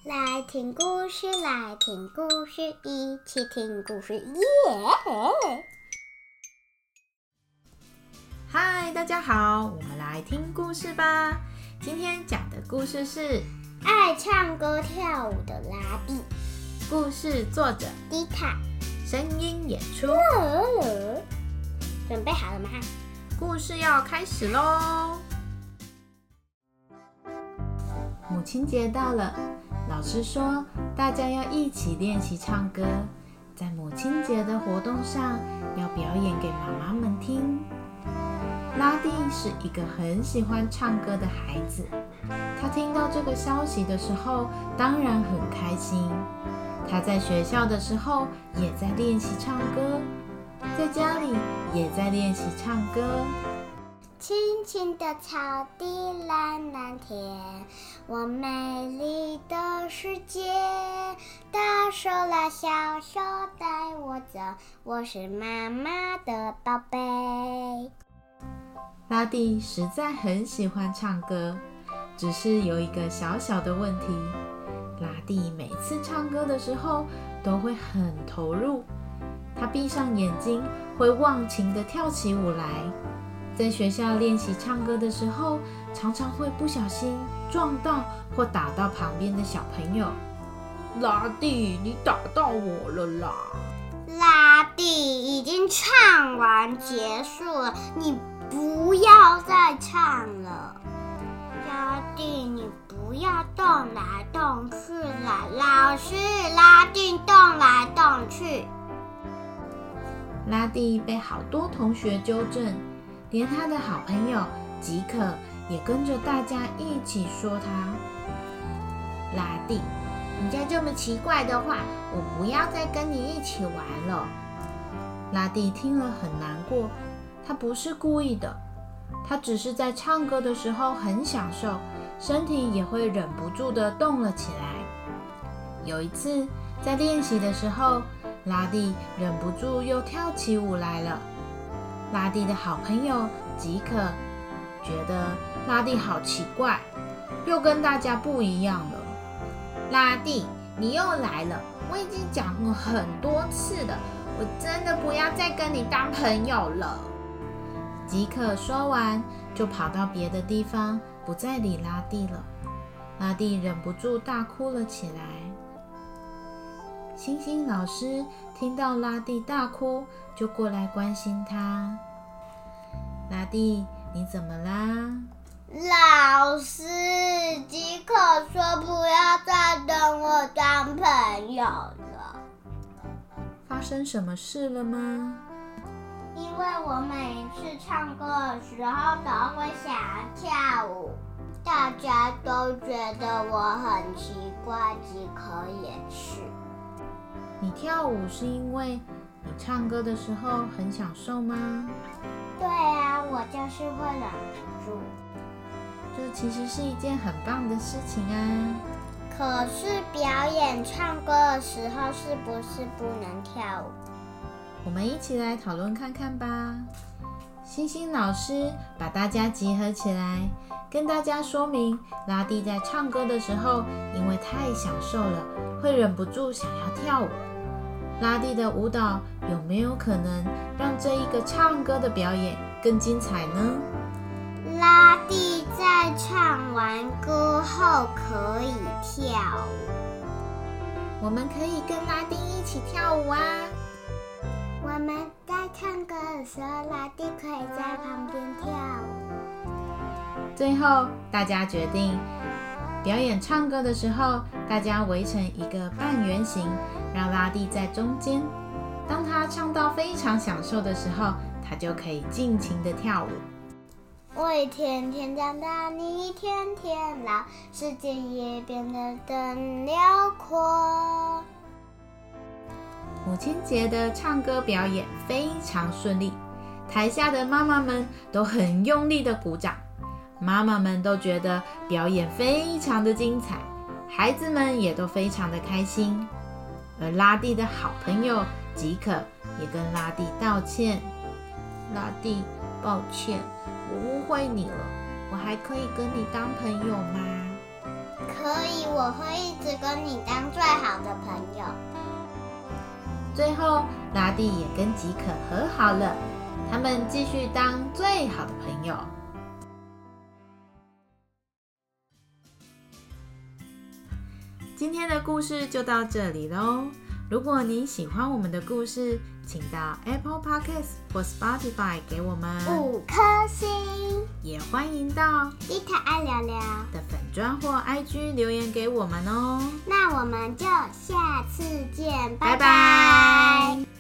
来听故事，来听故事，一起听故事耶！ 嗨，大家好，我们来听故事吧。今天讲的故事是爱唱歌跳舞的拉蒂， 故事作者迪卡， 声音演出。 准备好了吗？ 故事要开始咯。母亲节到了，老师说大家要一起练习唱歌，在母亲节的活动上要表演给妈妈们听。拉蒂是一个很喜欢唱歌的孩子，他听到这个消息的时候当然很开心。他在学校的时候也在练习唱歌，在家里也在练习唱歌。 青青的草地，蓝蓝天，我美丽的世界。大手拉小手带我走，我是妈妈的宝贝。 拉蒂实在很喜欢唱歌，只是有一个小小的问题，拉蒂每次唱歌的时候都会很投入，他闭上眼睛会忘情地跳起舞来。在学校练习唱歌的时候，常常会不小心撞到或打到旁边的小朋友。拉蒂，你打到我了啦！ 拉蒂，已经唱完结束了，你不要再唱了。拉蒂，你不要动来动去啦！老师，拉蒂动来动去。 拉蒂被好多同学纠正，连他的好朋友吉可也跟着大家一起说他。拉蒂，你再这么奇怪的话，我不要再跟你一起玩了。拉蒂听了很难过，他不是故意的，他只是在唱歌的时候很享受，身体也会忍不住地动了起来。有一次在练习的时候，拉蒂忍不住又跳起舞来了。拉蒂的好朋友吉可觉得拉蒂好奇怪，又跟大家不一样了。拉蒂，你又来了，我已经讲过很多次了，我真的不要再跟你当朋友了。吉可说完就跑到别的地方，不再理拉蒂了。拉蒂忍不住大哭了起来。星星老师听到拉蒂大哭，就过来关心他。拉蒂，你怎么啦？ 老师，吉可说不要再跟我当朋友了。 发生什么事了吗？ 因为我每一次唱歌的时候都会想跳舞，大家都觉得我很奇怪，吉可也是。 你跳舞是因为你唱歌的时候很享受吗？ 对啊，我就是会忍不住。 这其实是一件很棒的事情啊。 可是表演唱歌的时候是不是不能跳舞？ 我们一起来讨论看看吧。星星老师把大家集合起来，跟大家说明拉蒂在唱歌的时候，因为太享受了，会忍不住想要跳舞。拉蒂的舞蹈有没有可能让这一个唱歌的表演更精彩呢？ 拉蒂在唱完歌后可以跳舞， 我们可以跟拉蒂一起跳舞啊！ 我们在唱歌的时候，拉蒂可以在旁边跳舞。 最后，大家决定表演唱歌的时候，大家围成一个半圆形，让拉蒂在中间。当他唱到非常享受的时候，他就可以尽情的跳舞。 我一天天长大，你一天天老，世界也变得更辽阔。 母亲节的唱歌表演非常顺利，台下的妈妈们都很用力的鼓掌，妈妈们都觉得表演非常的精彩，孩子们也都非常的开心。而拉蒂的好朋友吉可也跟拉蒂道歉。拉蒂，抱歉，我误会你了，我还可以跟你当朋友吗？ 可以，我会一直跟你当最好的朋友。 最后，拉蒂也跟吉可和好了，他们继续当最好的朋友。今天的故事就到这里咯。如果你喜欢我们的故事，请到 Apple Podcast 或 Spotify 给我们 5颗星， 也欢迎到丽塔爱聊聊的粉专或 IG 留言给我们哦。 那我们就下次见，拜拜拜。